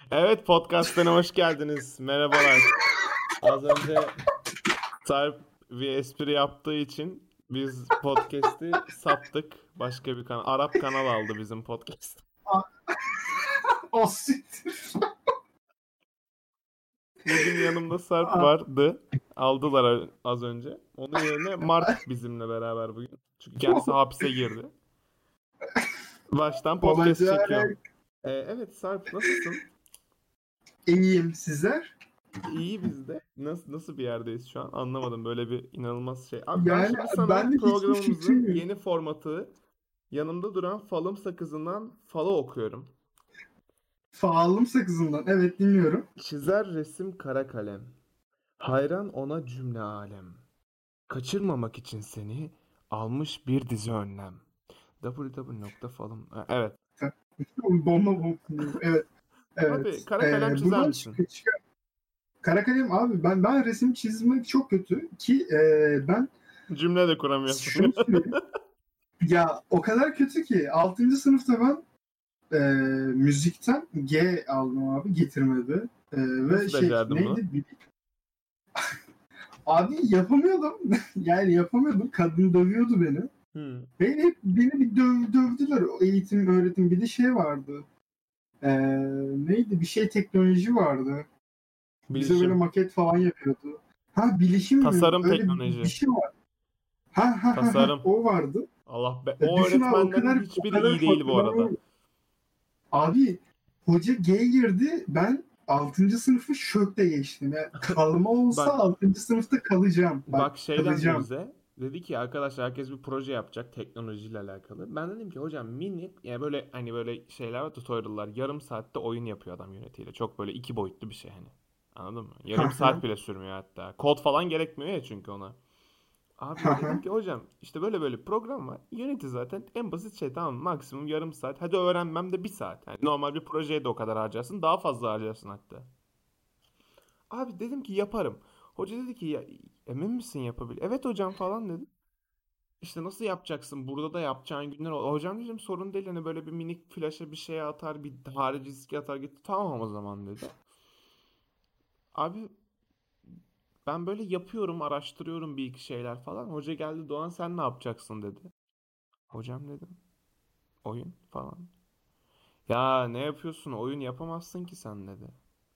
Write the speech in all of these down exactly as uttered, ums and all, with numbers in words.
Evet, podcast'ına hoş geldiniz. Merhabalar. Az önce Sarp bir espri yaptığı için biz podcast'i sattık. Başka bir kanal. Arap kanal aldı bizim podcast. O siktir. Bugün yanımda Sarp vardı. Aldılar az önce. Onun yerine Mark bizimle beraber bugün. Çünkü kendisi hapse girdi. Baştan podcast Olacak. çekiyorum. Ee, evet Sarp, nasılsın? İyiyim, sizler? İyi biz de. Nasıl nasıl bir yerdeyiz şu an? Anlamadım, böyle bir inanılmaz şey. Abi ben Yani şimdi sana ben de hiçbir programımızın fikrim yok. yeni formatı, yanımda duran falım sakızından falı okuyorum. Faalım sakızından. Evet, dinliyorum. Çizer resim kara kalem. Hayran ona cümle alem. Kaçırmamak için seni almış bir dizi önlem. www.falım... Ha, Evet. Bomba bomba. Evet. Abi Evet. kara kalem Ee, çizer buradan misin? çık çıkar. Kara kalem abi ben ben resim çizmek çok kötü ki e, ben Cümle de kuramıyorsun. şunu söyleyeyim. Ya o kadar kötü ki altıncı sınıfta ben e, müzikten G aldım abi getirmedi. E, ve Nasıl şey becerdin bunu? neydi? Bir- Abi yapamıyordum. Yani yapamıyordum. Kadın dövüyordu beni. Hmm. Beni hep beni bir döv, dövdüler. O eğitim, öğretim. Bir de şey vardı. Ee, neydi? Bir şey teknoloji vardı. Bize böyle Bilişim. maket falan yapıyordu. Ha bilişim mi? Tasarım Öyle bir, bir teknoloji. şey var. Ha ha ha ha Tasarım. o vardı. Allah be. E, O düşün abi o öğretmenlerin kadar o hiçbiri kadar iyi değil bu arada. hatırlamıyorum. Abi hoca G girdi. Ben altıncı sınıfı şökle geçtim. Yani kalma olsa Bak altıncı sınıfta kalacağım. Bak bak şey dendi kalacağım. bize. Dedi ki arkadaşlar herkes bir proje yapacak teknolojiyle alakalı. Ben dedim ki hocam mini, yani böyle hani böyle şeyler var, tutorial'lar, yarım saatte oyun yapıyor adam yönetiyle. Çok böyle iki boyutlu bir şey hani. Anladın mı? Ha Yarım ha saat bile sürmüyor hatta. Kod falan gerekmiyor ya çünkü ona. ha Abi ha. dedim ki hocam işte böyle böyle program var. Unity zaten en basit şey, tamam mı? Maksimum yarım saat. Hadi öğrenmem de bir saat. Yani normal bir projeye de o kadar harcarsın. Daha fazla harcarsın hatta. Abi dedim ki yaparım. Hoca dedi ki ya, emin misin yapabilir? Evet hocam falan dedi. İşte nasıl yapacaksın? Burada da yapacağın günler ol. Hocam dedim sorun değil. Hani böyle bir minik flaşa bir şeye atar, bir harici diski atar git. Tamam o zaman dedi. Abi ben böyle yapıyorum, araştırıyorum bir iki şeyler falan. Hoca geldi, Doğan sen ne yapacaksın dedi. Hocam dedim oyun falan. Ya ne yapıyorsun? Oyun yapamazsın ki sen dedi.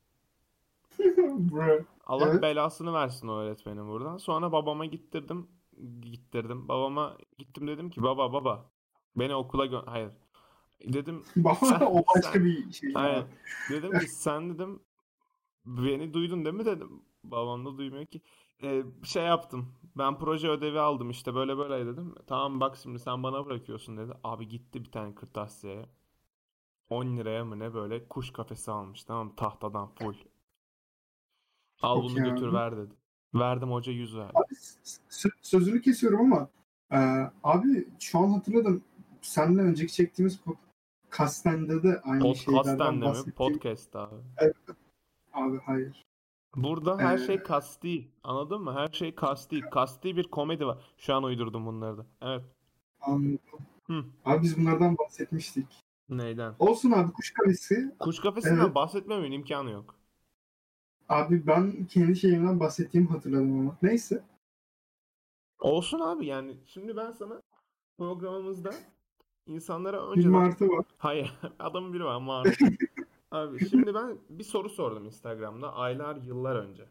Bro. Allah Evet. belasını versin o öğretmenim buradan. Sonra babama gittirdim. Gittirdim. Babama gittim, dedim ki baba baba beni okula gö... Hayır. Dedim Baba sen o sen başka bir şey aynen. abi. Dedim ki sen dedim beni duydun değil mi dedim. Babam da duymuyor ki. Ee, şey yaptım. Ben proje ödevi aldım işte böyle böyle dedim. Tamam bak şimdi sen bana bırakıyorsun dedi. Abi gitti bir tane kırtasiyeye. on liraya mı ne, böyle kuş kafesi almış, tamam mı? Tahtadan full. Al bunu Okey götür abi. ver dedi. Verdim, hoca yüz verdi. Abi s- sözünü kesiyorum ama e, abi şu an hatırladım. Seninle önceki çektiğimiz Kasten'de de aynı şeylerden Podcast'ten de mi? bahsettik. Podcast abi. Evet, abi hayır. Burada her şey E, kasti. Anladın mı? Her şey kasti. Kasti bir komedi var. Şu an uydurdum bunları da. Evet. anladım. Hı. Abi biz bunlardan bahsetmiştik. Neyden? Olsun abi kuş kafesi. Kuş kafesinden Evet. bahsetmemin imkanı yok. Abi ben kendi şeyimden bahsettiğimi hatırladım ama. Neyse. Olsun abi, yani şimdi ben sana programımızda insanlara Bir önceden... martı var. Hayır, adamın biri var Maruf. Abi şimdi ben bir soru sordum Instagram'da aylar yıllar önce.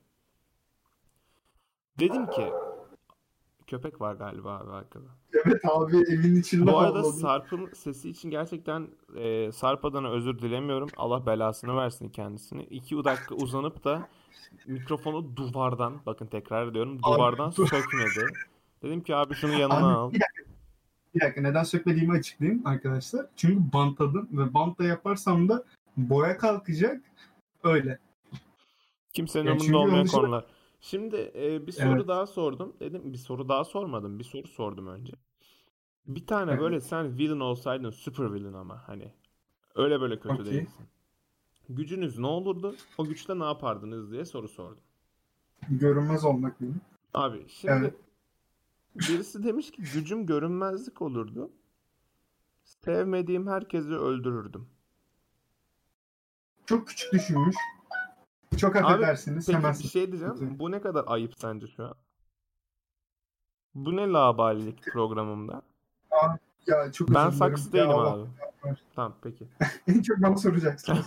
Dedim ki köpek var galiba abi arkada. Evet abi evin içinde Bu arada havladı. Sarp'ın sesi için gerçekten e, Sarp adına özür dilemiyorum. Allah belasını versin kendisini. İki dakika uzanıp da mikrofonu duvardan, bakın tekrar ediyorum, Abi duvardan dur. sökmedi. Dedim ki abi şunu yanına Abi al. bir dakika, bir dakika neden sökmediğimi açıklayayım arkadaşlar. Çünkü bantladım ve bantla yaparsam da boya kalkacak. Öyle. Kimsenin Yani umurunda çünkü onun olmayan dışında konular. Şimdi e, bir soru evet. daha sordum. Dedim bir soru daha sormadım. Bir soru sordum önce. Bir tane Evet. böyle sen villain olsaydın, super villain ama hani öyle böyle kötü Okey. değilsin. Gücünüz ne olurdu? O güçle ne yapardınız diye soru sordum. Görünmez olmak benim. Abi Evet. şimdi birisi demiş ki gücüm görünmezlik olurdu. Sevmediğim herkesi öldürürdüm. Çok küçük düşünmüş. Çok Abi affedersiniz. peki Hemen bir şey diyeceğim. sıkıntı. Bu ne kadar ayıp sence şu an? Bu ne laubalilik programımda? Aa, ya çok Ben özür dilerim. saksı Ya değilim Allah abi. var. Tamam peki. En çok bana soracaksınız.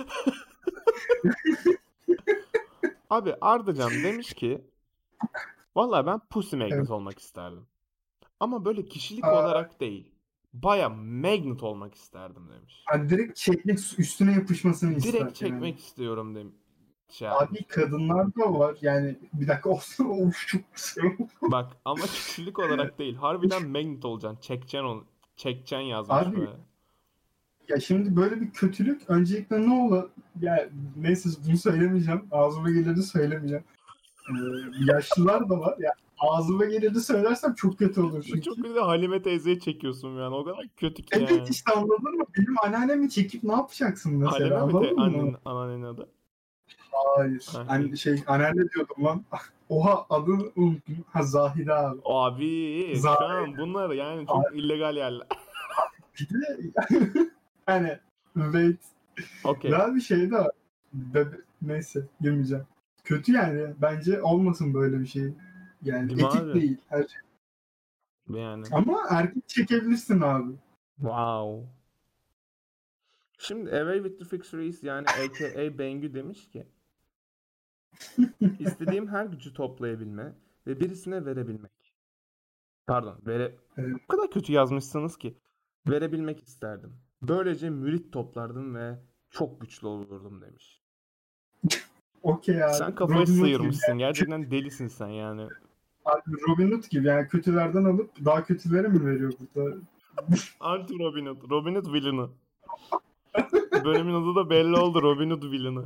Abi Ardacan demiş ki vallahi ben Pussy Evet. Magnet olmak isterdim. Ama böyle kişilik Aa, olarak değil. Baya magnet olmak isterdim demiş. hani direkt çekmek üstüne yapışmasını ister Direkt yani. çekmek istiyorum demiş. Şey yapmış. Abi kadınlar da var. Yani bir dakika olsun. Of çok güzel. Bak ama kişilik olarak değil. Harbiden magnet olacaksın. Çekeceksin onu. Çekeceksin yazmış Abi böyle. ya şimdi böyle bir kötülük öncelikle ne olur? Ya neyse bunu söylemeyeceğim. Ağzıma geleni söylemeyeceğim. Ee, yaşlılar da var. Ya ağzıma geleni söylersem çok kötü olur Bu çok çünkü. güzel Halime teyzeyi çekiyorsun yani. O kadar kötü ki Evet yani. işte anladın mı? Benim anneannemi çekip ne yapacaksın mesela Halime mi te anladın mı? annen, anneannenin adı? Hayır. Ha, An iyi. şey anneanne diyordum lan. Oha adını unuttum. Ha Zahide abi. Abi şu Zahide an bunlar yani abi. çok illegal yerler. Bir de hani wait. Okey. Daha bir şey de var. Bebe neyse girmeyeceğim. Kötü yani. Bence olmasın böyle bir şey. Yani Değil mi etik abi? değil. Her şey. Yani. Ama erkek çekebilirsin abi. Wow. Şimdi Away with the Fixed Reis yani A K A Bengü demiş ki istediğim her gücü toplayabilme ve birisine verebilmek. Pardon, vere... Evet. O kadar kötü yazmışsınız ki. Verebilmek isterdim. Böylece mürit toplardım ve çok güçlü olurdum demiş. Okey abi. Sen kafayı Robin Hood gibi sıyırmışsın. yani. Gerçekten delisin sen yani. Abi Robin Hood gibi yani kötülerden alıp daha kötülere mi veriyor burada? Anti Robin Hood. Robin Hood villain'ı. Bölümün adı da belli oldu. Robin Hood villain'ı.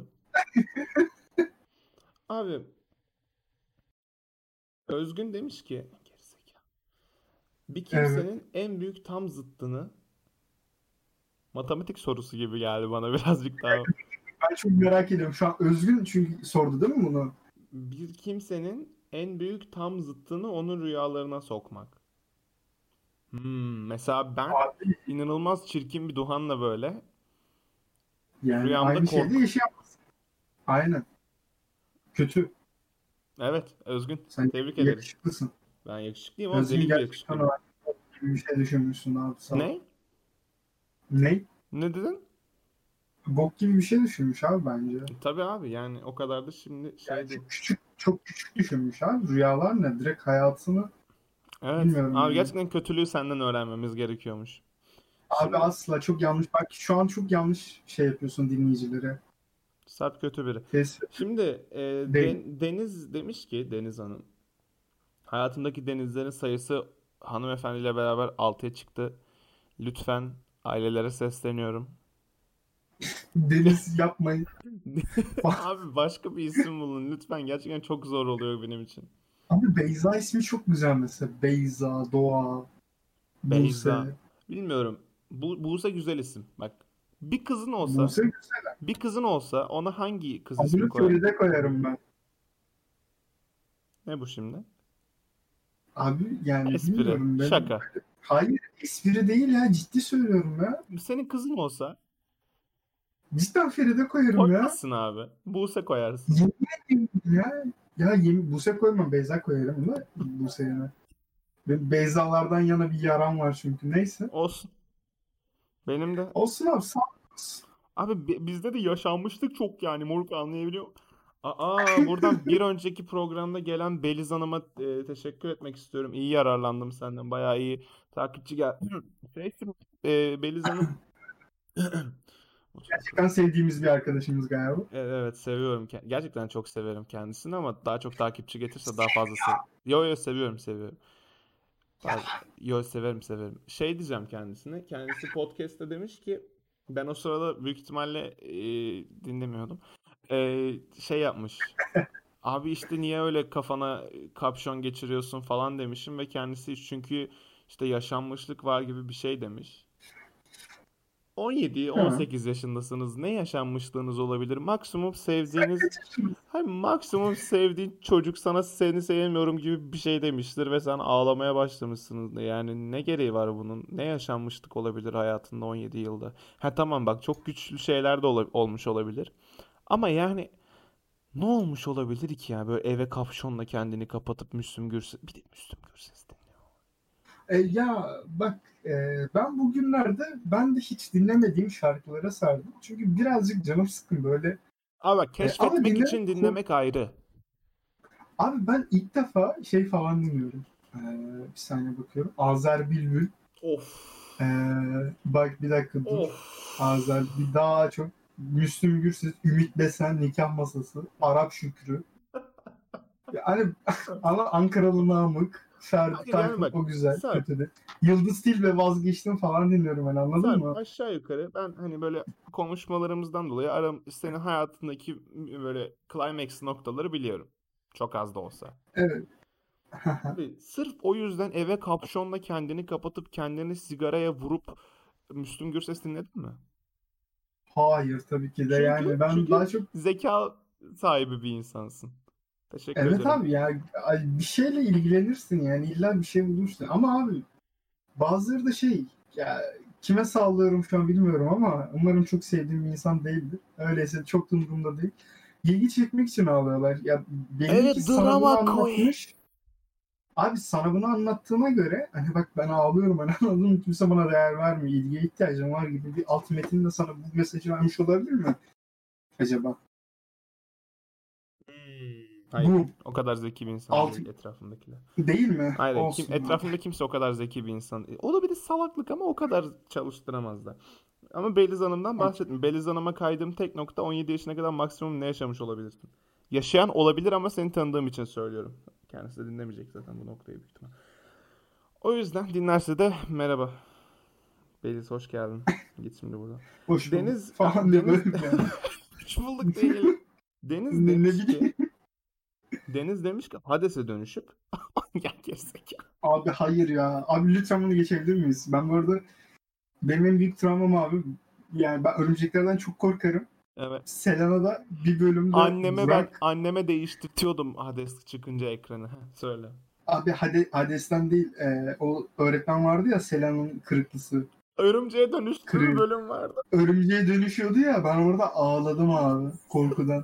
Abi Özgün demiş ki gerizekalı. Bir Evet. kimsenin en büyük tam zıttını matematik sorusu gibi geldi bana birazcık daha. Ben çok merak ediyorum. Şu an Özgün çünkü sordu değil mi bunu? Bir kimsenin en büyük tam zıttını onun rüyalarına sokmak. Hmm, mesela ben Abi inanılmaz çirkin bir Duhan'la böyle yani rüyamda aynı şeyde kork. yaşayamazsın. Aynen. Kötü. Evet, Özgün. Sen Tebrik ederim. yakışıklısın. Ben yakışıklıyım ama Özgün deli gibi gerçekten yakışıklıyım. o gibi bir şey düşünmüşsün abi sağ ol. Ne? Ne? Ne dedin? Bok gibi bir şey düşünmüş abi bence. E, tabii abi yani o kadar da şimdi şey Yani değil. çok küçük çok küçük düşünmüş abi. Rüyalar ne? Direkt hayatını Evet. bilmiyorum Abi yani. gerçekten kötülüğü senden öğrenmemiz gerekiyormuş. Abi Şimdi asla çok yanlış. Bak şu an çok yanlış şey yapıyorsun dinleyicilere. Sarp kötü biri. Kes Şimdi e, değil. Den- Deniz demiş ki Deniz Hanım. Hayatımdaki denizlerin sayısı hanımefendiyle beraber altıya çıktı. Lütfen ailelere sesleniyorum. Deniz yapmayın. Abi başka bir isim bulun lütfen. Gerçekten çok zor oluyor benim için. Abi Beyza ismi çok güzel mesela. Beyza, Doğa, Beyza. Buse. Bilmiyorum. Bu Buse güzel isim. Bak. Bir kızın olsa, Buse güzel. bir kızın olsa ona hangi kız ismi Adını koyar? Feride koyarım ben. Ne bu şimdi? Abi yani Espri. bilmiyorum ben. Şaka. Hayır espri değil ya ciddi söylüyorum ya. Senin kızın olsa Cidden Feride koyarım ya. koymazsın abi. Buse koyarsın. Yemin ederim ya. Ya yemin, Buse koymam Beyza koyarım da Buse yerine. Benim Beyzalardan yana bir yaram var çünkü neyse. Olsun. Benim de. Olsun abi sağ olasın. Abi bi- bizde de yaşanmışlık çok yani moruk anlayabiliyor musun? Aa buradan bir önceki programda gelen Beliz Hanım'a e, teşekkür etmek istiyorum. İyi yararlandım senden. Bayağı iyi takipçi geldi. Şey, e, Beliz Hanım Gerçekten sevdiğimiz bir arkadaşımız galiba. Evet, evet seviyorum. Ke- Gerçekten çok severim kendisini ama daha çok takipçi getirse daha fazla sev. Yo yo seviyorum seviyorum. Pardon. Yo severim severim. Şey diyeceğim kendisine. Kendisi podcast'te demiş ki ben o sırada büyük ihtimalle e, dinlemiyordum. E, şey yapmış. Abi işte niye öyle kafana kapşon geçiriyorsun falan demişim ve kendisi çünkü işte yaşanmışlık var gibi bir şey demiş. on yedi on Ha. sekiz yaşındasınız. Ne yaşanmışlığınız olabilir? Maksimum sevdiğiniz, hayır, maksimum sevdiğin çocuk sana seni sevmiyorum gibi bir şey demiştir ve sen ağlamaya başlamışsınız. Yani ne gereği var bunun? Ne yaşanmışlık olabilir hayatında on yedi yılda? Ha tamam, bak, çok güçlü şeyler de ola- olmuş olabilir. Ama yani ne olmuş olabilir ki ya? Böyle eve kapşonla kendini kapatıp Müslüm Gürses... Bir de Müslüm Gürses dinliyor. E, ya bak, e, ben bugünlerde ben de hiç dinlemediğim şarkılara sardım. Çünkü birazcık canım sıkkın böyle. Ama bak, E, ama keşfetmek dinlemek için ko- dinlemek ayrı. Abi ben ilk defa şey falan dinliyorum. E, bir saniye bakıyorum. Azer Bülbül. Of. E, bak bir dakika dur. Of. Azer bir daha çok. Müslüm Gürses, Ümit Besen, Nikah Masası, Arap Şükrü. Yani ama Ankaralı Namık, Ferdi Hayır yani Tayfun bak o güzel, Sarp, kötü de. Yıldız Tilbe Vazgeçtim falan dinliyorum ben, anladın Sarp mı? aşağı yukarı ben hani böyle konuşmalarımızdan dolayı aram senin hayatındaki böyle climax noktaları biliyorum. Çok az da olsa. Evet. Abi sırf o yüzden eve kapşonla kendini kapatıp kendini sigaraya vurup Müslüm Gürses dinledin mi? Hayır tabii ki de, Çünkü yani ben çünkü daha çok zeka sahibi bir insansın. Teşekkür evet ederim. abi ya, ay, bir şeyle ilgilenirsin yani, illa bir şey bulursun. Ama abi bazıları da şey, ya kime sallıyorum şu an bilmiyorum ama umarım çok sevdiğim bir insan değildir. Öyleyse çok da umurumda değil. İlgi çekmek için ağlıyorlar. Ya belli ki Evet, sana bunu drama queen. anlatmış. Abi sana bunu anlattığına göre hani bak ben ağlıyorum, hani anladın mı? Kimse bana değer vermiyor. İlgiye ihtiyacım var gibi bir alt metinle sana bu mesajı vermiş olabilir mi acaba? Hmm. Hayır. Bu O kadar zeki bir insan alt değil etrafındakiler. değil mi? Hayır, kim Olsun abi. etrafımda kimse o kadar zeki bir insan değil. O da bir de salaklık ama o kadar çalıştıramazlar. Ama Beliz Hanım'dan bahsettim. Beliz Hanım'a kaydığım tek nokta on yedi yaşına kadar maksimum ne yaşamış olabilirsin? Yaşayan olabilir ama seni tanıdığım için söylüyorum. Kendisi de dinlemeyecek zaten bu noktayı büyük ihtimal. O yüzden dinlerse de merhaba. Beliz, hoş geldin. Git şimdi buradan. Hoş bulduk Deniz falan diye Deniz böyle yani. Hoş bulduk değil. Deniz ne, ne demiş ki bileyim. Deniz demiş ki Hades'e dönüşüp ya gerizekalı. Abi hayır ya. Abi lütfen bunu geçebilir miyiz? Ben bu arada benim en büyük travmam abi, yani ben örümceklerden çok korkarım. Evet. Selena'da bir bölümde Anneme ben Burak, anneme değiştirtiyordum Hades çıkınca ekranı. Heh, söyle. abi Hade, Hades'ten değil, e, o öğretmen vardı ya, Selena'nın kırıklısı. Örümceğe dönüştüğü bir Kırığı. bölüm vardı. Örümceğe dönüşüyordu ya, ben orada ağladım abi korkudan.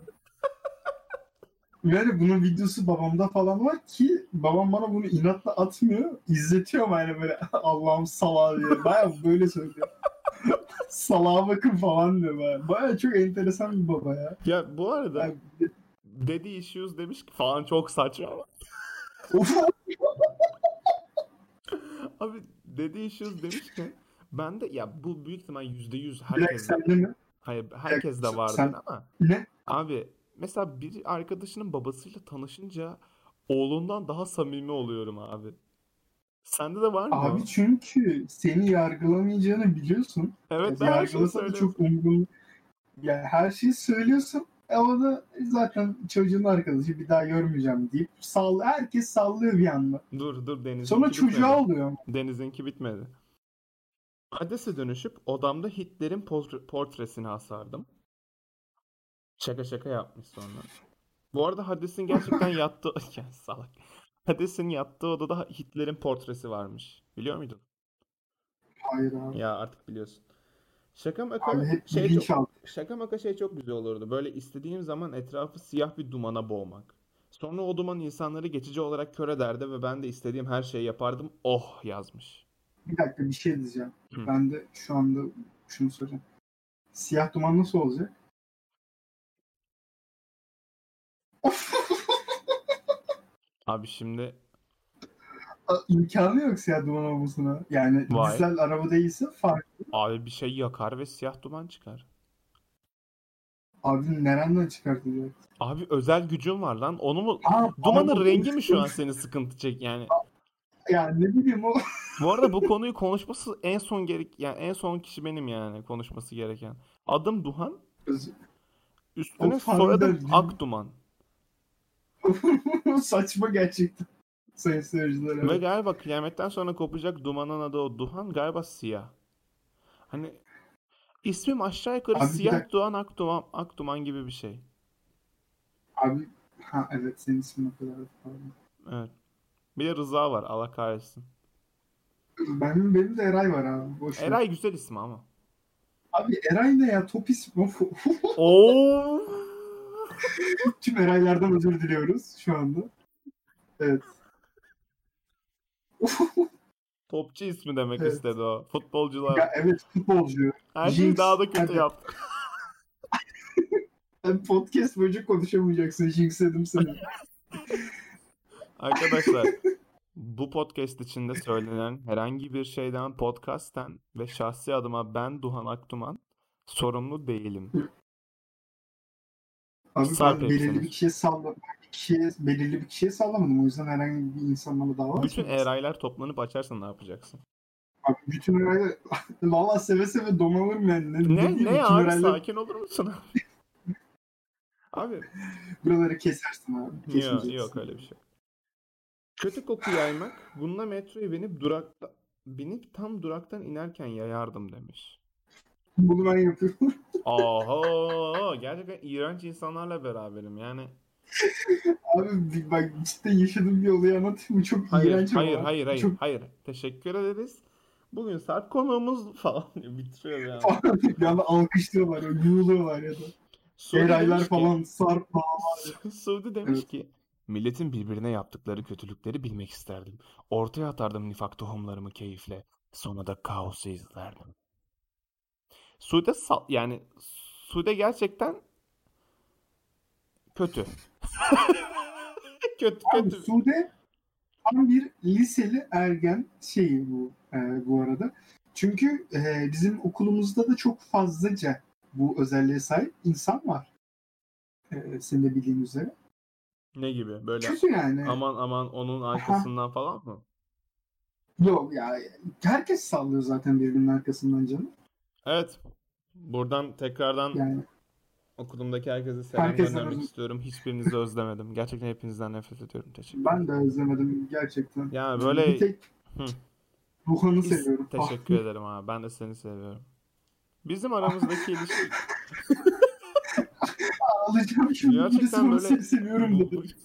Yani bunun videosu babamda falan var ki babam bana bunu inatla atmıyor. İzletiyor ama yani böyle Allah'ım salağı diye. Baya böyle söylüyor. Salağa bakın falan diyor baya. Baya çok enteresan bir baba ya. Ya bu arada Yani, Daddy Issues demiş ki falan çok saçma ama. of, Abi Daddy Issues demişken ben de ya bu büyük ihtimal yüzde yüz bir dakika herkes de sende mi? hayır Bir dakika, herkes de vardır sen ama ne? abi mesela bir arkadaşının babasıyla tanışınca oğlundan daha samimi oluyorum abi. Sende de var mı Abi o? çünkü seni yargılamayacağını biliyorsun. Evet, Yani ben her şeyi yargılasa da çok söylüyorsun. umurun. Yani her şeyi söylüyorsun ama da zaten çocuğun arkadaşı, bir daha görmeyeceğim deyip sall herkes sallıyor bir anda. Dur dur, Sonra Deniz'inki bitmedi. çocuğa oluyor. Deniz'inki bitmedi. Hades'e dönüşüp odamda Hitler'in portre- portresini asardım. Şaka şaka yapmış sonra. Bu arada Hades'in gerçekten yattığı... Ya salak. Hades'in yattığı odada Hitler'in portresi varmış. Biliyor muydun? Hayır abi. Ya artık biliyorsun. Şaka Abi maka hep şey çok bilinçaltı. şaka maka şey çok güzel olurdu. Böyle istediğim zaman etrafı siyah bir dumana boğmak. Sonra o duman insanları geçici olarak kör ederdi ve ben de istediğim her şeyi yapardım. Oh, yazmış. Bir dakika, bir şey diyeceğim. Hı. Ben de şu anda şunu soracağım. Siyah duman nasıl olacak? Abi şimdi A- İmkanı yok siyah duman olmasına. Yani vay. dizel araba değilse fark. Abi bir şey yakar ve siyah duman çıkar. Abi nereden çıkartacak? Abi özel gücün var lan. Onu mu? Ha Dumanın pardon. rengi mi şu an Of. seni sıkıntı çek yani? Yani ne bileyim o. Bu arada bu konuyu konuşması en son gerek yani en son kişi benim yani konuşması gereken. Adım Duhan, üstüne Of soyadım harbiden. Akduman. Saçma gerçekten. Sayın seyirciler, Ve evet. galiba kıyametten sonra kopacak dumanın adı o Duhan, galiba siyah. Hani İsmim aşağı yukarı Abi bir Siyah dakika. Doğan Akduman, Akduman gibi bir şey. Abi ha evet senin ismin o kadar. Pardon. Evet. Bir de Rıza var. Allah kahretsin. Benim, benim de Eray var abi. Boş ver. Eray güzel ismi ama. Abi Eray ne ya? Top ismi. Oo. Tüm Eraylardan özür diliyoruz şu anda. Evet. Topçu ismi demek Evet. istedi o. Futbolcular. Ya evet futbolcu. Her şeyi daha Jinx. da kötü Hadi. yaptık. Sen podcast boyunca konuşamayacaksın. Jinxledim seni. Arkadaşlar, bu podcast içinde söylenen herhangi bir şeyden, podcast'ten ve şahsi adıma ben Duhan Akduman sorumlu değilim. Abi Sarp ben belirli bir hepsiniz. kişiye salla bir kişiye, belirli bir kişiye sallamadım. O yüzden herhangi bir insan bana dava Bütün açmadı. Eraylar toplanıp açarsan ne yapacaksın? Abi bütün Eraylar valla seve seve domalırım yani. Ne, ne Ne diyeyim? ne Tüm abi, Eraylar sakin olur musun? Abi buraları kesersin abi. yok yok Kesmeyeceksin. öyle bir şey. Kötü koku yaymak. Bununla metroya binip durakta binip tam duraktan inerken yayardım demiş. Bunu ben yapıyorum. Oho, gerçekten iğrenç insanlarla beraberim yani. Abi bir- bak cidden yaşadığım bir olayı anlatayım mı? Çok Hayır, iğrenç hayır, ama. hayır, hayır, Çok hayır. Teşekkür ederiz. Bugün Sarp konuğumuz falan diye bitiriyor bir anda. falan bir anda alkışlıyorlar. Yuğuluyorlar ya da. Suudi Eraylar demiş ki, falan sarp. Suudi demiş Evet. ki, milletin birbirine yaptıkları kötülükleri bilmek isterdim. Ortaya atardım nifak tohumlarımı keyifle. Sonra da kaosu izlerdim. Suudi sal- yani Suudi gerçekten kötü. Kötü Abi kötü. Sude tam bir liseli ergen şeyi bu e, bu arada. Çünkü e, bizim okulumuzda da çok fazlaca bu özelliğe sahip insan var. E, senin de bildiğin üzere. Ne gibi? Böyle Kötü yani. aman aman onun Aha, arkasından falan mı? yok ya. Herkes sallıyor zaten birbirinin arkasından canım. Evet. Buradan tekrardan Yani okulumdaki herkese selam herkesten göndermek özür. istiyorum. Hiçbirinizi özlemedim. Gerçekten hepinizden nefret ediyorum. Teşekkür Ben de ederim. özlemedim gerçekten. Yani E, bir böyle tek hı, Ruhan'ı is seviyorum. teşekkür ederim abi. Ben de seni seviyorum. Bizim aramızdaki ilişki Ağlayacağım şimdi. Birisi gerçekten bana böyle seni seviyorum bu, dedi. bu-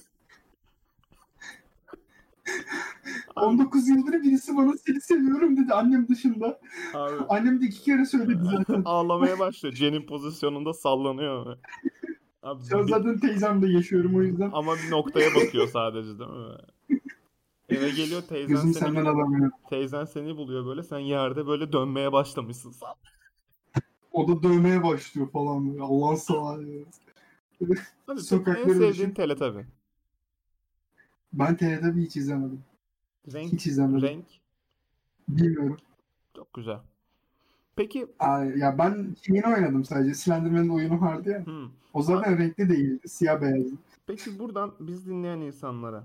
abi, on dokuz yıldır birisi bana seni seviyorum dedi annem dışında. abi Annem de iki kere söyledi zaten. ağlamaya başlıyor. Cenin pozisyonunda sallanıyor. Şu an Abi bir, zaten teyzemde yaşıyorum o yüzden. ama bir noktaya bakıyor sadece değil mi? Eve geliyor teyzen Gözüm seni senden alamıyor. teyzen seni buluyor böyle. Sen yerde böyle dönmeye başlamışsın. O da dövmeye başlıyor falan böyle. Allah sağ ya. Abi peki en Sokaklara sevdiğin düşüp. Teletabi? Ben Teletubbies hiç izlemedim. Renk, Hiç izlemedim. renk Bilmiyorum. çok güzel. Peki, Aa, ya ben şeyini oynadım sadece. Slenderman'ın oyunu vardı ya. hmm, O abi, zaten renkli değildi. Siyah beyazdı. peki buradan biz dinleyen insanlara.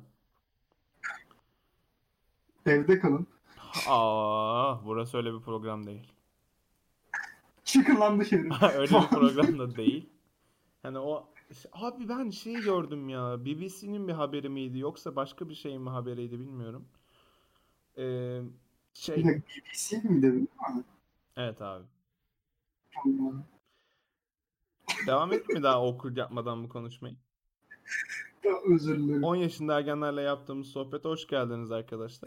Evde kalın. Aa, burası öyle bir program değil. Çıkın lan dışarı. Öyle bir program da değil. Hani o abi ben şeyi gördüm ya. B B C'nin bir haberi miydi yoksa başka bir şeyin mi haberiydi bilmiyorum. Ee, Bir şey dakika B B C mi dedim? Ha, evet abi. tamam. Devam edeyim mi daha okul yapmadan bu konuşmayı? Ya, özür dilerim. on yaşında ergenlerle yaptığımız sohbete hoş geldiniz arkadaşlar.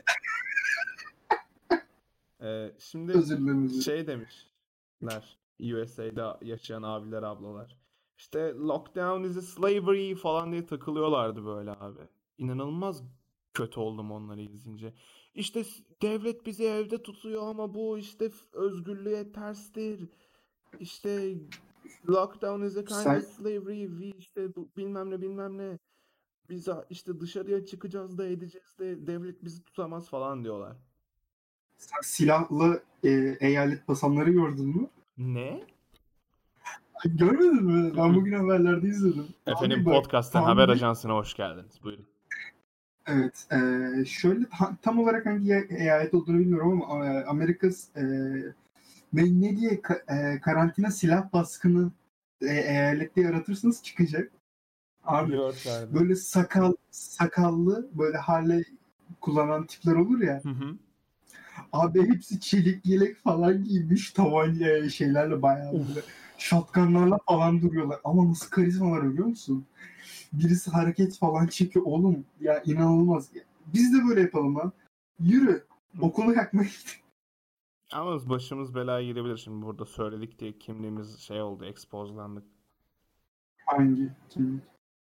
Ee, şimdi Özür dilerim. Özür dilerim. şey demişler U S A'da yaşayan abiler ablalar. İşte lockdown is a slavery falan diye takılıyorlardı böyle abi. İnanılmaz kötü oldum onları izleyince. İşte s- devlet bizi evde tutuyor ama bu işte f- özgürlüğe terstir. İşte lockdown is a kind Sen, of slavery. We işte bu- bilmem ne bilmem ne. Biz a- işte dışarıya çıkacağız da edeceğiz de devlet bizi tutamaz falan diyorlar. sen silahlı e, eyalet basanları gördün mü? Ne? Ay, görmedin mi? Ben Mm-mm. bugün haberlerde izledim. Efendim Abi bak podcast'ten tam haber bir ajansına hoş geldiniz. Buyurun. evet e, şöyle ta- tam olarak hangi e- eyalet olduğunu bilmiyorum ama e, Amerika e, ne, ne diye ka- e, karantina silah baskını e, eyalette yaratırsınız çıkacak. Abi Word verdi. böyle sakal sakallı böyle Harley kullanan tipler olur ya. Hı hı. Abi hepsi çelik yelek falan giymiş. Tabanca şeylerle bayağı böyle Uf. şatkanlarla falan duruyorlar. Ama nasıl karizma var biliyor musun? Birisi hareket falan çekiyor. Oğlum ya inanılmaz. Biz de böyle yapalım lan. Yürü. Okulu yakmaya git. Ama başımız belaya girebilir şimdi burada söyledik diye kimliğimiz şey oldu, expozlandık. Hangi? Kim?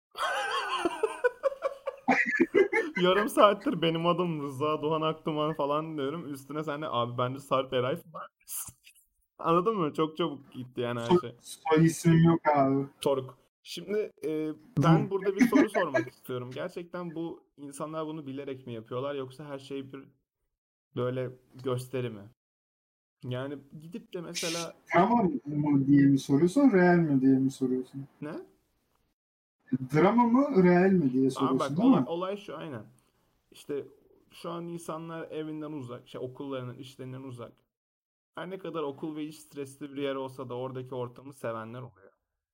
Yarım saattir benim adım Rıza Doğan Aktuman falan diyorum. Üstüne sen de abi bence Sarp Eray falan. Anladın mı? Çok çabuk gitti yani her Soy, şey. soy ismim yok abi. Toruk. Şimdi e, ben Rum. burada bir soru sormak istiyorum. Gerçekten bu insanlar bunu bilerek mi yapıyorlar yoksa her şey bir böyle gösteri mi? Yani gidip de mesela Drama mı diye mi soruyorsun, real mi diye mi soruyorsun? ne? Drama mı, real mi diye Ama soruyorsun bak değil olay, mi? olay şu aynen. İşte şu an insanlar evinden uzak, şey okullarının, işlerinden uzak. Her ne kadar okul ve iş stresli bir yer olsa da oradaki ortamı sevenler oluyor.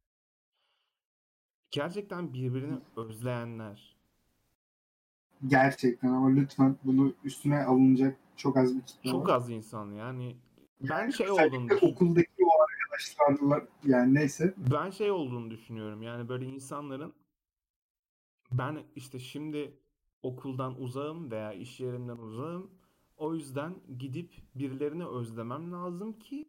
Gerçekten birbirini özleyenler. Gerçekten ama lütfen bunu üstüne alınacak çok az bir kitle Çok var. az insan yani. Ben Yani şey olduğunu özellikle düşün. okuldaki o arkadaşlarla yani neyse. Ben şey olduğunu düşünüyorum. Yani böyle insanların ben işte şimdi okuldan uzağım veya iş yerinden uzağım. O yüzden gidip birilerini özlemem lazım ki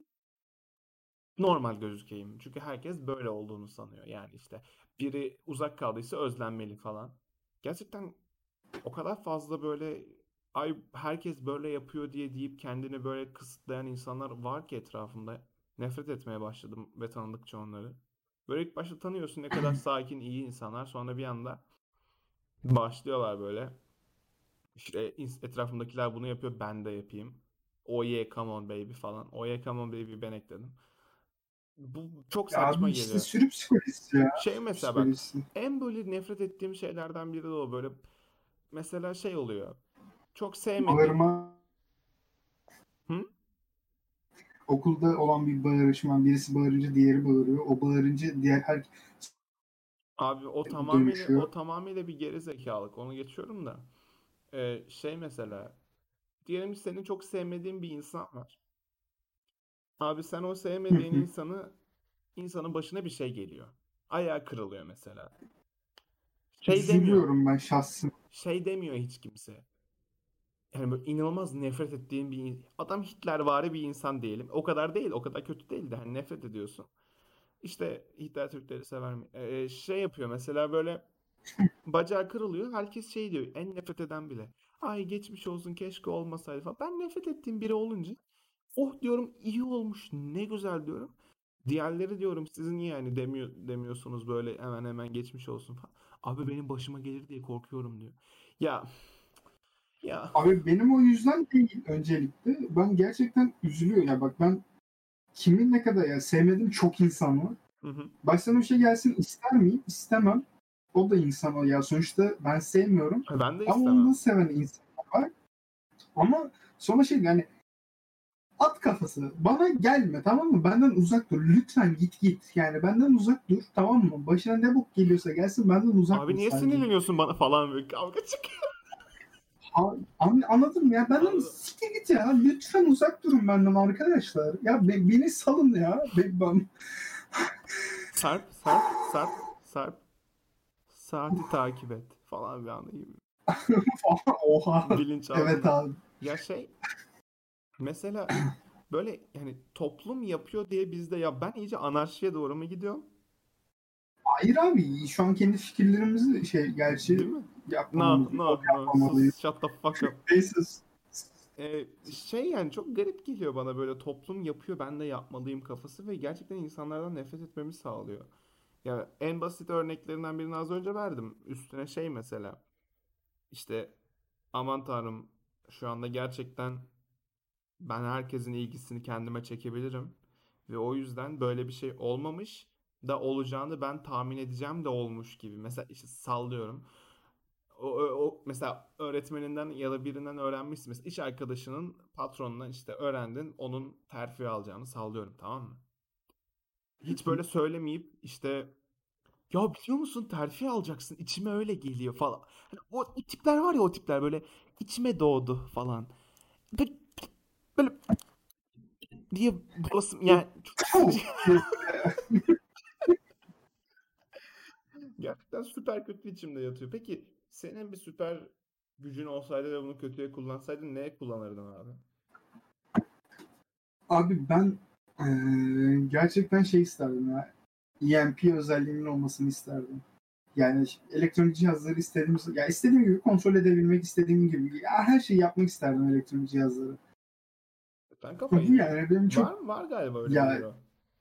normal gözükeyim. Çünkü herkes böyle olduğunu sanıyor. Yani işte biri uzak kaldıysa özlenmeli falan. Gerçekten o kadar fazla böyle ay herkes böyle yapıyor diye deyip kendini böyle kısıtlayan insanlar var ki etrafımda. Nefret etmeye başladım ve tanıdıkça onları. Böyle ilk başta tanıyorsun ne kadar sakin, iyi insanlar. Sonra bir anda başlıyorlar böyle. İşte etrafımdakiler bunu yapıyor, ben de yapayım. Oh yeah, come on baby falan. Oh yeah, come on baby ben ekledim. Bu çok Ya abi saçma işte geliyor. sürü psikolojisi ya. Şey Sürü mesela bak psikolojisi. en böyle nefret ettiğim şeylerden biri de o böyle mesela şey oluyor. Çok sevmediğim. Bağırma, Hı? okulda olan bir bağırışma, birisi bağırınca diğeri bağırıyor. O bağırınca diğer her Abi o tamamıyla o dönüşüyor. tamamıyla bir geri zekalık. Onu geçiyorum da. Ee, şey mesela diyelim ki senin çok sevmediğin bir insan var. Abi sen o sevmediğin insanı insanın başına bir şey geliyor. Ayağı kırılıyor mesela. Şey demiyor. Üzülüyorum ben şahsım. Şey demiyor hiç kimse. Yani böyle inanılmaz nefret ettiğin bir in- adam Hitlervari bir insan diyelim. O kadar değil, o kadar kötü değil de hani nefret ediyorsun. İşte Hitler Türkleri sever mi? Ee, şey yapıyor mesela böyle bacağı kırılıyor. Herkes şey diyor. En nefret eden bile. Ay geçmiş olsun keşke olmasaydı falan. Ben nefret ettiğim biri olunca oh diyorum iyi olmuş ne güzel diyorum. Diğerleri diyorum sizin niye yani demiyor, demiyorsunuz böyle hemen hemen geçmiş olsun falan. Abi benim başıma gelir diye korkuyorum diyor. Ya ya. Abi benim o yüzden değil öncelikle. Ben gerçekten üzülüyorum. Ya bak ben kimin ne kadar ya sevmediğim çok insan var. Hı hı. Başlarına bir şey gelsin ister miyim? İstemem. O da insan o ya. Sonuçta ben sevmiyorum. Ben de Ama onu istemem. da seven insanlar var. Ama sonra şey yani at kafası. Bana gelme tamam mı? Benden uzak dur. Lütfen git git. Yani benden uzak dur tamam mı? Başına ne bok geliyorsa gelsin benden uzak Abi dur niye sadece. sinirleniyorsun bana falan böyle kavga çıkıyor. Ha, an, anladın mı ya? Benden Anladım. siktir git ya. Lütfen uzak durun benden arkadaşlar. Ya be- beni salın ya. Be- ben... Sarp, Sarp, Sarp, Sarp. Saati takip et falan bir anda gibi. Oha. Bilinç Evet altında. abi. Ya şey mesela böyle yani toplum yapıyor diye bizde ya ben iyice anarşiye doğru mu gidiyorum? Hayır abi. Şu an kendi fikirlerimizi şey gerçi Değil mi? No, yapmamamız, no, no. yapmamalıyız. Sus, shut the fuck up. Neyse. Ee, şey yani çok garip geliyor bana böyle toplum yapıyor ben de yapmalıyım kafası ve gerçekten insanlardan nefret etmemi sağlıyor. Ya en basit örneklerinden birini az önce verdim. Üstüne şey mesela işte aman tanrım şu anda gerçekten ben herkesin ilgisini kendime çekebilirim ve o yüzden böyle bir şey olmamış da olacağını ben tahmin edeceğim de olmuş gibi. Mesela işte sallıyorum. O, o, o mesela öğretmeninden ya da birinden öğrenmişsin. Mesela iş arkadaşının patronundan işte öğrendin onun terfi alacağını sallıyorum tamam mı? Hiç böyle söylemeyip işte ya biliyor musun terfi alacaksın içime öyle geliyor falan. Hani o, o tipler var ya o tipler böyle içime doğdu falan. Böyle diye bulasım yani çok sıkıcı. Gerçekten süper kötü içimde yatıyor. Peki senin bir süper gücün olsaydı ve bunu kötüye kullansaydın neye kullanırdın abi? Abi ben eee, gerçekten şey isterdim ya. E M P özelliğimin olmasını isterdim. Yani elektronik cihazları istediğim, ya istediğim gibi kontrol edebilmek, istediğim gibi ya her şeyi yapmak isterdim elektronik cihazları. Sen Bu kafayı bu yedin. yani benim çok Var mı? Var galiba öyle bir ya hero.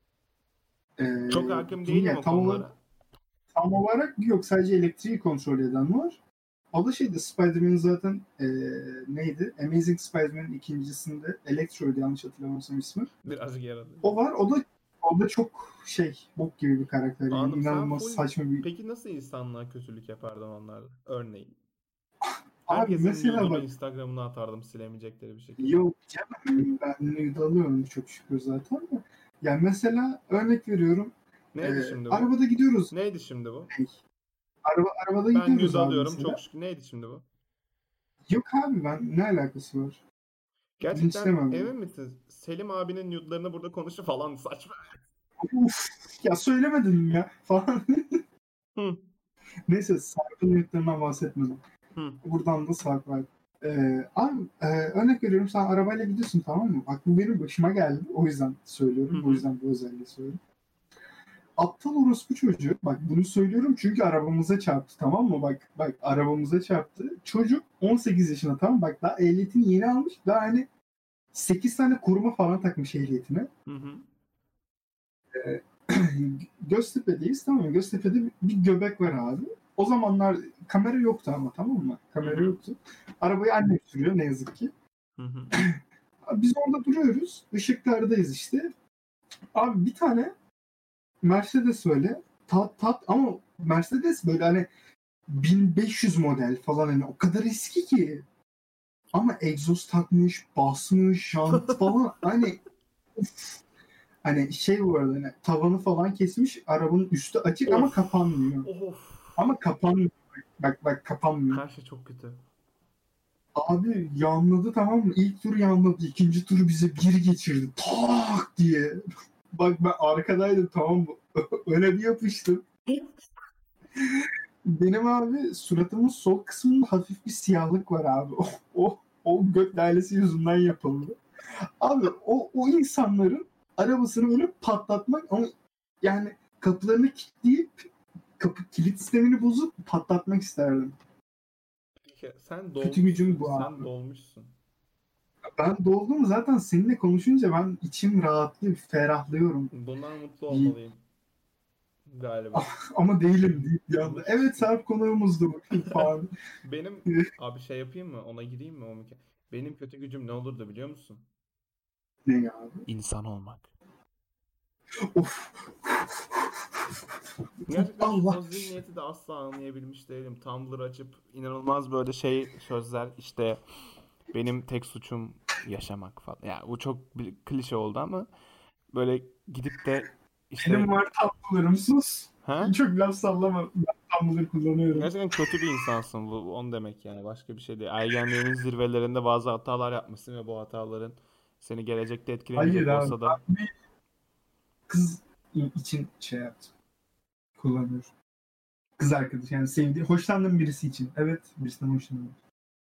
Çok eee hakim bunu değilim yani o tam olarak konulara. tam olarak yok, sadece elektriği kontrol eden var. O da şeydi, Spider-Man'in zaten eee, neydi? Amazing Spider-Man'in ikincisinde Electro'ydu yanlış hatırlamıyorsam ismi. Birazcık yaradı. O var. O da o da çok şey, bok gibi bir karakter yani. Anladım. Sen İnanılmaz full... saçma bir... Peki nasıl insanlığa kötülük yapardın onlarla? Örneğin. Abi Herkesin mesela nude'unu bak, Instagram'ına atardım silemeyecekleri bir şekilde. yok canım, ben nude alıyorum çok şükür zaten de. Yani mesela örnek veriyorum. E, Neydi şimdi bu? arabada gidiyoruz. Neydi şimdi bu? Hey, araba, arabada Ben gidiyoruz nude abi alıyorum çok mesela. şükür. Neydi şimdi bu? Yok abi, ben ne alakası var? Gerçekten Linçlemem beni. emin misin? Selim abinin nude'larını burada konuşu falan saçma. Uf, ya söylemedim mi ya falan. Hı, Neyse, Sarp'ın nude'larından bahsetmedim. hı, Buradan da Sarp var. Ee, abi e, örnek veriyorum, sen arabayla gidiyorsun, tamam mı? Bak bu benim başıma geldi. O yüzden hı, söylüyorum. O hı, yüzden bu özelliği söylüyorum. Aptal orospu çocuğu. Bak bunu söylüyorum çünkü arabamıza çarptı, tamam mı? Bak bak arabamıza çarptı. Çocuk on sekiz yaşında, tamam mı? Bak daha ehliyetini yeni almış. Daha hani sekiz tane koruma falan takmış ehliyetine. hı, hı. Ee, Göztepe'deyiz, tamam mı? Göztepe'de bir, bir göbek var abi. O zamanlar kamera yoktu ama, tamam mı? Hı Kamera hı, yoktu. Arabayı annem sürüyor ne yazık ki. hı hı. Biz orada duruyoruz. Işıklardayız işte. Abi bir tane Mercedes böyle tat tat, ama Mercedes böyle hani bin beş yüz model falan, hani o kadar eski ki. Ama egzoz takmış, basmış, jant falan hani uf. Hani şey, bu arada hani tavanı falan kesmiş, arabanın üstü açık ama Of. kapanmıyor. Of. Ama kapanmıyor. Bak bak, kapanmıyor. Her şey çok kötü. Abi yanladı, tamam mı? İlk tur yanladı. İkinci tur bize bir geçirdi. Tak diye. Bak ben arkadaydım, tamam mı? Öyle bir yapıştım. Benim abi suratımın sol kısmında hafif bir siyahlık var abi. O, o, o göt lalesi yüzünden yapıldı. Abi o, o insanların arabasını böyle patlatmak, ama yani kapılarını kilitleyip kapı kilit sistemini bozup patlatmak isterdim. Peki, sen Kötü gücüm dolmuşsun. bu Sen abi. dolmuşsun. Ben doldum zaten, seninle konuşunca ben içim rahatlıyor, ferahlıyorum. Bundan mutlu Bir, olmalıyım. Galiba. ama değilim deyip bir anda. Yanlış Evet, çıktı. Sarp konuğumuzdu bu falan. Benim abi şey yapayım mı? Ona gireyim mi o müke? Benim kötü gücüm ne olurdu biliyor musun? Ne ya abi? İnsan olmak. Of. Gerçekten şu, Allah. o zihniyeti de asla anlayabilmiş değilim. Tumblr açıp inanılmaz böyle şey sözler işte benim tek suçum yaşamak falan. Ya bu çok bir klişe oldu ama böyle gidip de işte Benim var tablolarım, sus. ha? Çok laf sallama. Ben tabloları kullanıyorum. Gerçekten kötü bir insansın bu, bu onu demek yani başka bir şey değil. Ergenliğinin zirvelerinde bazı hatalar yapmışsın ve bu hataların seni gelecekte Hayır etkilemeyecek abi. olsa da Ben bir kız için şey yaptım. Kullanıyorum. Kız arkadaş, yani sevdiği, hoşlandığım birisi için. Evet, birisinden hoşlanıyorum.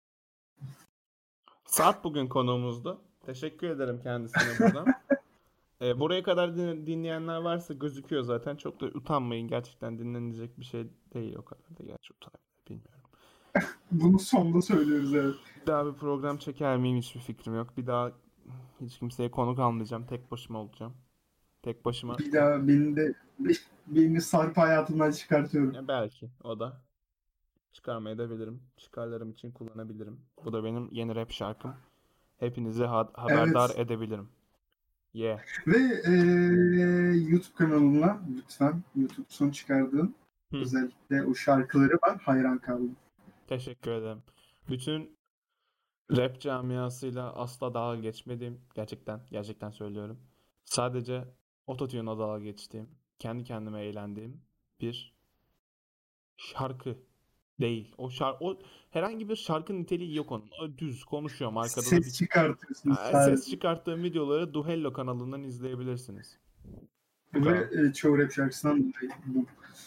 Sarp bugün konuğumuzdu. Teşekkür ederim kendisine buradan. E, buraya kadar din- dinleyenler varsa gözüküyor zaten. Çok da utanmayın. Gerçekten dinlenilecek bir şey değil o kadar da. Gerçi utanabilir bilmiyorum. Bunu sonda söylüyoruz, evet. Bir daha bir program çeker miyim hiçbir fikrim yok. Bir daha hiç kimseye konuk almayacağım. Tek başıma olacağım. Tek başıma Bir tek daha beni de beni Sarp hayatımdan çıkartıyorum. ya belki o da çıkarmaya da bilirim. Çıkarlarım için kullanabilirim. Bu da benim yeni rap şarkım. Hepinizi ha- haberdar Evet. edebilirim. Yeah. Ve eee, YouTube kanalına lütfen, YouTube son çıkardığın Hı, özellikle o şarkıları, ben hayran kaldım. teşekkür ederim. Bütün rap camiasıyla asla dalga geçmediğim, gerçekten, gerçekten söylüyorum. Sadece Autotune'a dalga geçtiğim, kendi kendime eğlendiğim bir şarkı Değil. O şarkı, o herhangi bir şarkı niteliği yok onun. O düz konuşuyorum. Arkada da bir Ses çıkartıyorsun Ha, ses sadece. çıkarttığım videoları Duhello kanalından izleyebilirsiniz. Bu Ve kadar. e, çoğu rap şarkısından dolayı bu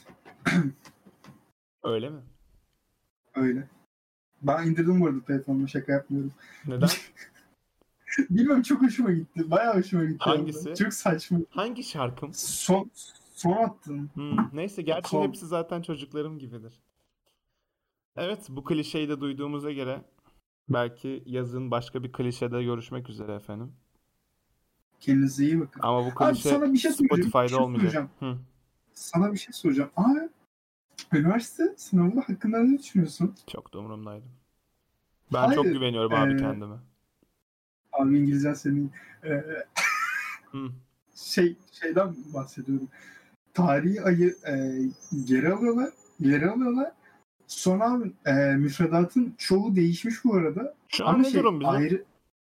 Öyle mi? öyle. Ben indirdim bu arada telefonumu, şaka yapmıyorum. Neden? Bilmem, çok hoşuma gitti. Bayağı hoşuma gitti. Hangisi? Çok saçma. Hangi şarkım? Son son attım. Hmm, neyse gerçi Son. hepsi zaten çocuklarım gibidir. Evet, bu klişeyi de duyduğumuza göre belki yazın başka bir klişede görüşmek üzere efendim. Kendinize iyi bakın. Ama bu Abi klişe sana bir şey soracağım. Bir Spotify'da şey olmayacak. soracağım. Hı, Sana bir şey soracağım. Abi üniversite sınavı hakkında ne düşünüyorsun? çok da umurumdaydı. Ben çok Hayır. güveniyorum E, abi kendime. abi İngilizcen senin. E, Hı. şey şeyden bahsediyorum. Tarihi ayı e, geri alıyorlar. ileri alıyorlar. Sonra abi e, müfredatın çoğu değişmiş bu arada. Şu an Ama ne şey durum bizim? ayrı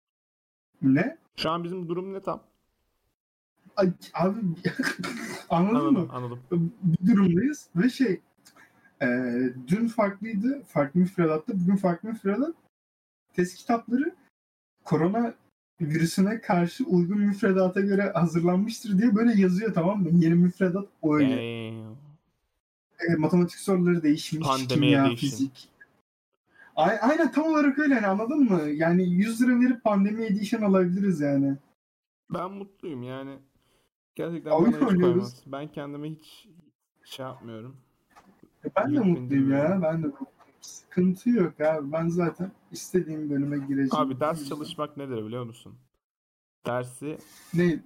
ne? Şu an bizim durum ne tam? Ay, abi anladın Anladım, mı? anladım. Bu durumdayız ve şey e, dün farklıydı. Farklı müfredatta. Bugün farklı müfredat. Test kitapları korona virüsüne karşı uygun müfredata göre hazırlanmıştır diye böyle yazıyor, tamam mı? Yeni müfredat öyle. Damn. E, matematik soruları değişmiş. Pandemi Kimya, Edition. fizik. A- aynen tam olarak öyle, yani anladın mı? Yani yüz lira verip pandemi edition alabiliriz yani. Ben mutluyum yani. Gerçekten Oyun bana hiç oynuyoruz. koymaz. Ben kendime hiç şey yapmıyorum. E, ben de Yük mutluyum bindirmiyorum. ya. Ben de mutluyum. Sıkıntı yok abi. Ben zaten istediğim bölüme gireceğim. Abi O ders yüzden. çalışmak nedir biliyor musun? Dersi Ne?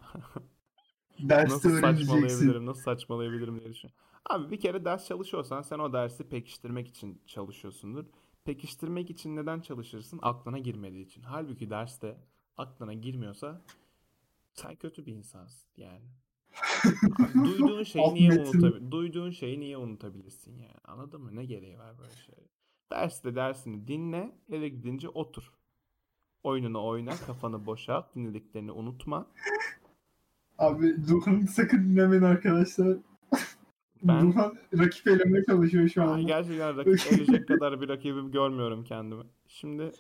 Derste nasıl öğreneceksin. saçmalayabilirim, nasıl saçmalayabilirim diye düşün. Abi bir kere ders çalışıyorsan sen o dersi pekiştirmek için çalışıyorsundur. Pekiştirmek için neden çalışırsın? Aklına girmediği için. Halbuki derste aklına girmiyorsa sen kötü bir insansın yani. Abi duyduğun şeyi Alt niye metin. unutabil duyduğun şeyi niye unutabilirsin yani? Anladın mı? Ne gereği var böyle şey? Derste dersini dinle, eve gidince otur. Oyununu oyna, kafanı boşalt, dinlediklerini unutma. Abi Duhan'ı sakın dinlemeyin arkadaşlar. Ben Duhan rakip elemeye çalışıyor şu Ay, anda. gerçekten rakip eleyecek kadar bir rakibim görmüyorum kendimi. Şimdi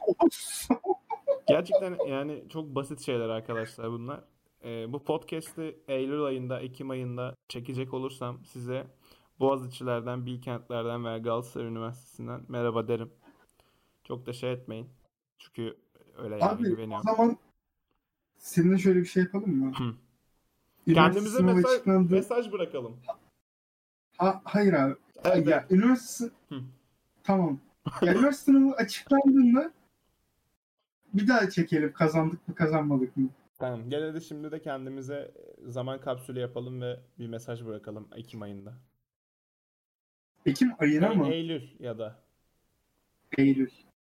gerçekten yani çok basit şeyler arkadaşlar bunlar. Ee, bu podcast'i Eylül ayında, Ekim ayında çekecek olursam size Boğaziçi'lerden, Bilkentlerden veya Galatasaray Üniversitesi'nden merhaba derim. Çok da şey etmeyin. Çünkü öyle yani Abi o güveniyorum. zaman seninle şöyle bir şey yapalım mı? Üniversite Kendimize sınavı mesaj açıklandı. mesaj bırakalım. Ha, hayır abi. Evet, Ya evet. üniversite Hı. tamam. Ya üniversite sınavı açıklandığında bir daha çekelim. Kazandık mı kazanmadık mı? Tamam. Gel hadi şimdi de kendimize zaman kapsülü yapalım ve bir mesaj bırakalım Ekim ayında. Ekim ayına E- mı? Eylül ya da. Eylül.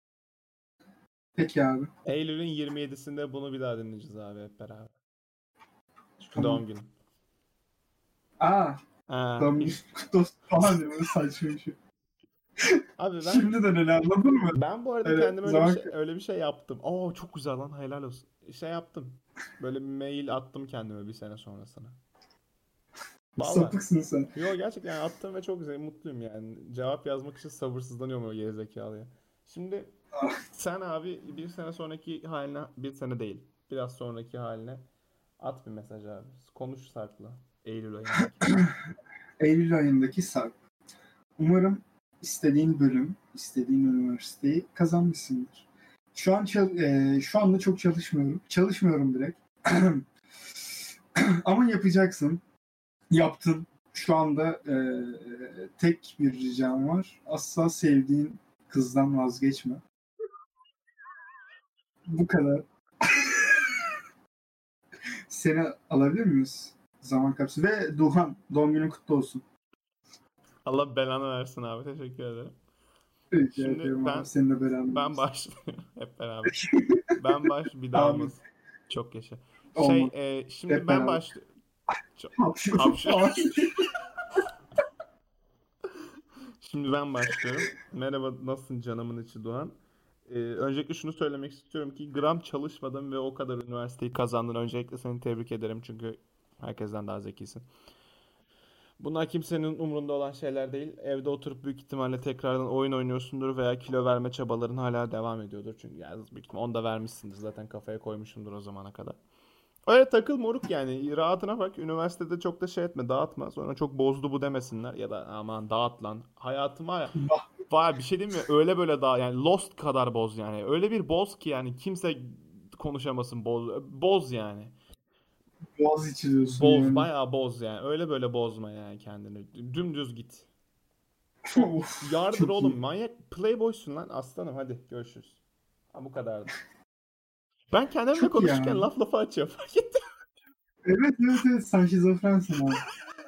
Peki abi. Eylül'ün yirmi yedisinde bunu bir daha dinleyeceğiz abi hep beraber. Çünkü Tamam. doğum günüm. Aa, Ha, doğum günü işte. kutlu olsun falan diyor. Böyle saçma bir şey. Abi ben Şimdiden öyle, anladın mı? ben bu arada Öyle kendime öyle bir zaman şey öyle bir şey yaptım. Oo çok güzel lan helal olsun. Şey yaptım. Böyle bir mail attım kendime bir sene sonrasına. Valla. sapıksın sen. Yo gerçekten yani attım ve çok güzel mutluyum yani. Cevap yazmak için sabırsızlanıyorum o gerizekalıya. Şimdi sen abi bir sene sonraki haline bir sene değil. Biraz sonraki haline at bir mesaj abi. Konuş Sarp'la. Eylül ayındaki. Eylül ayındaki Sarp. Umarım istediğin bölüm, istediğin üniversiteyi kazanmışsındır. Şu an çal- e, şu anda çok çalışmıyorum. Çalışmıyorum direkt. Ama yapacaksın. Yaptın. Şu anda e, tek bir ricam var. Asla sevdiğin kızdan vazgeçme. Bu kadar. Seni alabilir miyiz? Zaman kapsülü. Ve Duhan, doğum günün kutlu olsun. Allah belanı versin abi. Teşekkür ederim. Rica Şimdi ederim abi. ben Senin de belanı ben versin. başlıyorum hep beraber. Ben baş bir daha Amin. olmasın. Çok yaşa. Şey Olmaz. e, şimdi Hep ben beraber. başlıyorum. Hapşu. Hapşu. Şimdi ben başlıyorum. Merhaba, nasılsın canımın içi Doğan? Ee, öncelikle şunu söylemek istiyorum ki gram çalışmadım ve o kadar üniversiteyi kazandın. Öncelikle seni tebrik ederim çünkü herkesten daha zekisin. Bunlar kimsenin umrunda olan şeyler değil. Evde oturup büyük ihtimalle tekrardan oyun oynuyorsundur veya kilo verme çabaların hala devam ediyordur. Çünkü yani büyük ihtimalle onu da vermişsindir zaten, kafaya koymuşsundur o zamana kadar. Öyle takıl moruk yani. Rahatına bak. Üniversitede çok da şey etme, dağıtma. Sonra çok bozdu bu demesinler. Ya da aman dağıt lan. Hayatıma ya. Vay bir şey diyeyim mi? Öyle böyle daha yani Lost kadar boz yani. Öyle bir boz ki yani kimse konuşamasın, boz. Boz yani. Boğaz içiliyorsun Boz, yani. bayağı boz yani. Öyle böyle bozma yani kendini. Dümdüz git. Of, Yardır çok oğlum. iyi. Manyak playboysun lan aslanım. Hadi görüşürüz. Ha, bu kadardı. Ben kendimle Çok iyi konuşurken abi. laf lafa açıyorum. Fark ettin mi? Evet evet evet sen şizofrensin abi.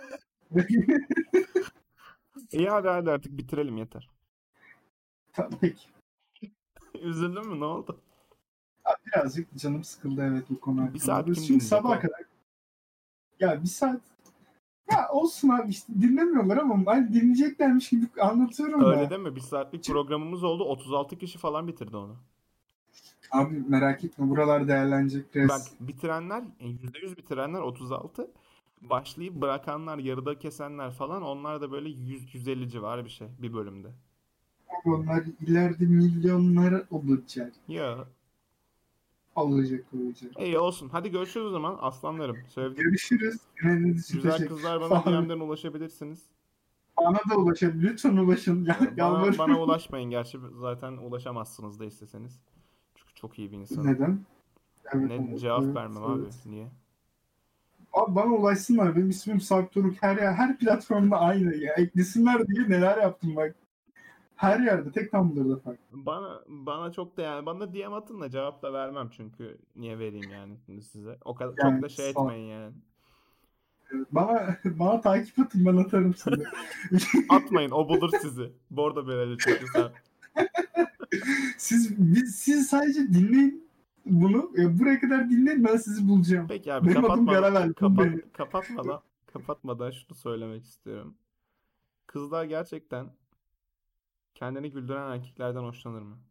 İyi hadi hadi artık bitirelim yeter. Ta- Peki. Üzüldün mü? Ne oldu? Birazcık canım sıkıldı evet bu konu Bir hakkında. saat Biz kim Şimdi dinleyecek sabaha oğlum? kadar ya bir saat ya olsun abi işte dinlemiyorlar ama ben dinleyeceklermiş gibi anlatıyorum Öyle da. deme. Bir saatlik programımız oldu. otuz altı kişi falan bitirdi onu. Abi merak etme buralar değerlenecek Bak res. bitirenler, yüzde yüz bitirenler otuz altı. Başlayıp bırakanlar, yarıda kesenler falan, onlar da böyle yüz yüz elli civarı bir şey bir bölümde. Onlar ileride milyonlar olacak. Ya Olacak olacak. iyi olsun. Hadi görüşürüz o zaman aslanlarım. Sevdim. Görüşürüz. Dinlediğiniz için Güzel teşekkür kızlar, bana falan. D M'den ulaşabilirsiniz. Bana da ulaşın. Lütfen ulaşın. Ya, Ee, Bana bana yalvarırım. ulaşmayın, gerçi zaten ulaşamazsınız da isteseniz. Çünkü çok iyi bir insanım. Neden? Evet Ne evet cevap evet vermem abi. evet. Niye? Abi bana ulaşsınlar. Benim ismim Sarp Doruk. Her yer, her platformda aynı. Ya eklesinler diye neler yaptım bak. Her yerde. Tek Tumblr'da farklı. Bana bana çok da yani bana D M atın da cevap da vermem, çünkü niye vereyim yani şimdi size. O kadar çok Yani da şey sağ etmeyin yani. Bana bana takip atın ben atarım size. Atmayın, o bulur sizi. Bordo bereli çünkü sen. siz biz, siz sadece dinleyin bunu. Ya buraya kadar dinleyin ben sizi bulacağım. Peki abi, Benim adım kapatmadan Garavel. Bul kapat beni. kapatmadan kapatmadan şunu söylemek istiyorum. Kızlar gerçekten kendini güldüren erkeklerden hoşlanır mı?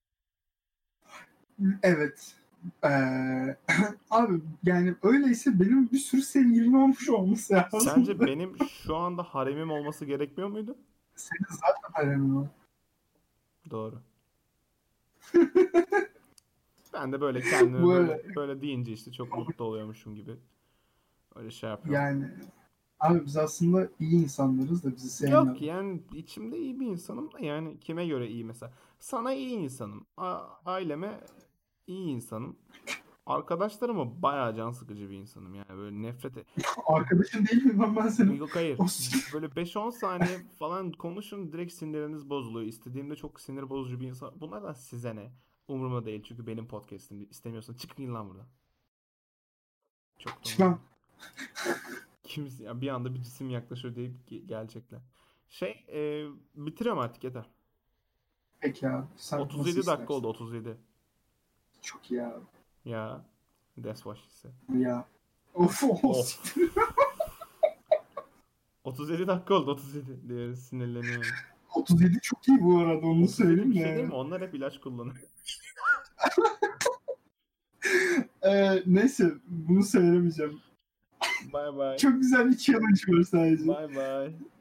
Evet. Ee, abi yani öyleyse benim bir sürü sevgilim olmuş olması Sence lazım. benim şu anda haremim olması gerekmiyor muydu? Senin zaten haremin var. Doğru. Ben de böyle kendimi Bu böyle öyle. böyle deyince işte çok mutlu oluyormuşum gibi öyle şey yapıyorum. Yani abi biz aslında iyi insanlarız da bizi Yok sevmiyorlar. yani içimde iyi bir insanım da, yani kime göre iyi mesela? Sana iyi insanım. A- aileme iyi insanım. Arkadaşlarıma bayağı can sıkıcı bir insanım, yani böyle nefret e- Arkadaşın değil miyim lan ben senin? Yok hayır. O s- Böyle beş on saniye falan konuşun, direkt sinirleriniz bozuluyor. İstediğimde çok sinir bozucu bir insan. Bunlardan size ne? Umurumda değil çünkü benim podcast'im. İstemiyorsan çıkın lan buradan. Çok da Çıkmam. umurumda. Kimse ya, bir anda bir cisim yaklaşıyor deyip ge- gelecekler. Şey e, bitiriyorum artık, yeter. Peki abi. Sen nasıl otuz yedi dakika oldu, istersen. otuz yedi. Çok iyi abi. Ya that's what she said. Ya. Of of. Of. otuz yedi dakika oldu, otuz yedi diye sinirleniyorum. otuz yedi çok iyi bu arada onu otuz yedi bir söyleyeyim de şey değil yani. mi? Onlar hep ilaç kullanıyor. Ee, neyse bunu söylemeyeceğim. Bye bye. Çok güzel bir challenge var sadece. Bye bye.